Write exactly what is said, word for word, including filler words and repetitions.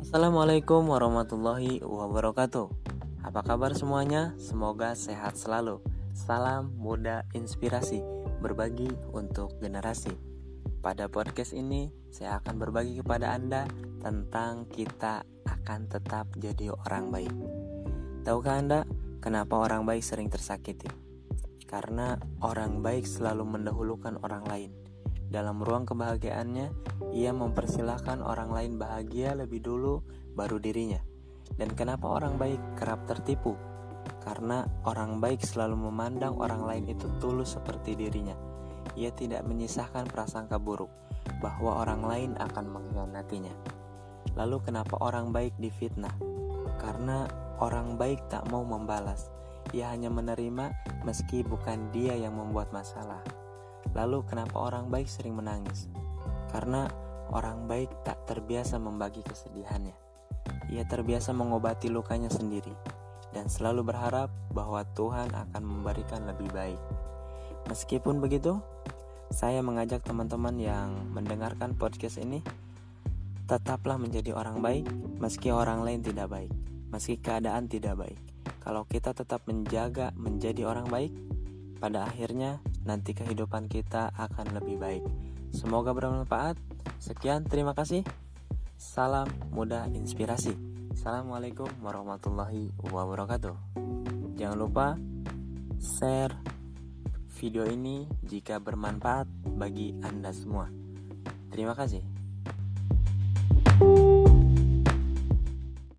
Assalamualaikum warahmatullahi wabarakatuh. Apa kabar semuanya? Semoga sehat selalu. Salam muda inspirasi, berbagi untuk generasi. Pada podcast ini, saya akan berbagi kepada Anda tentang kita akan tetap jadi orang baik. Tahukah Anda kenapa orang baik sering tersakiti? Karena orang baik selalu mendahulukan orang lain. Dalam ruang kebahagiaannya, ia mempersilahkan orang lain bahagia lebih dulu baru dirinya. Dan kenapa orang baik kerap tertipu? Karena orang baik selalu memandang orang lain itu tulus seperti dirinya. Ia tidak menyisahkan prasangka buruk bahwa orang lain akan mengkhianatinya. Lalu kenapa orang baik difitnah? Karena orang baik tak mau membalas. Ia hanya menerima meski bukan dia yang membuat masalah. Lalu kenapa orang baik sering menangis? Karena orang baik tak terbiasa membagi kesedihannya. Ia terbiasa mengobati lukanya sendiri dan selalu berharap bahwa Tuhan akan memberikan lebih baik. Meskipun begitu, saya mengajak teman-teman yang mendengarkan podcast ini, tetaplah menjadi orang baik meski orang lain tidak baik, meski keadaan tidak baik. Kalau kita tetap menjaga menjadi orang baik, pada akhirnya nanti kehidupan kita akan lebih baik. Semoga bermanfaat. Sekian, terima kasih. Salam muda inspirasi. Assalamualaikum warahmatullahi wabarakatuh. Jangan lupa share video ini jika bermanfaat bagi Anda semua. Terima kasih.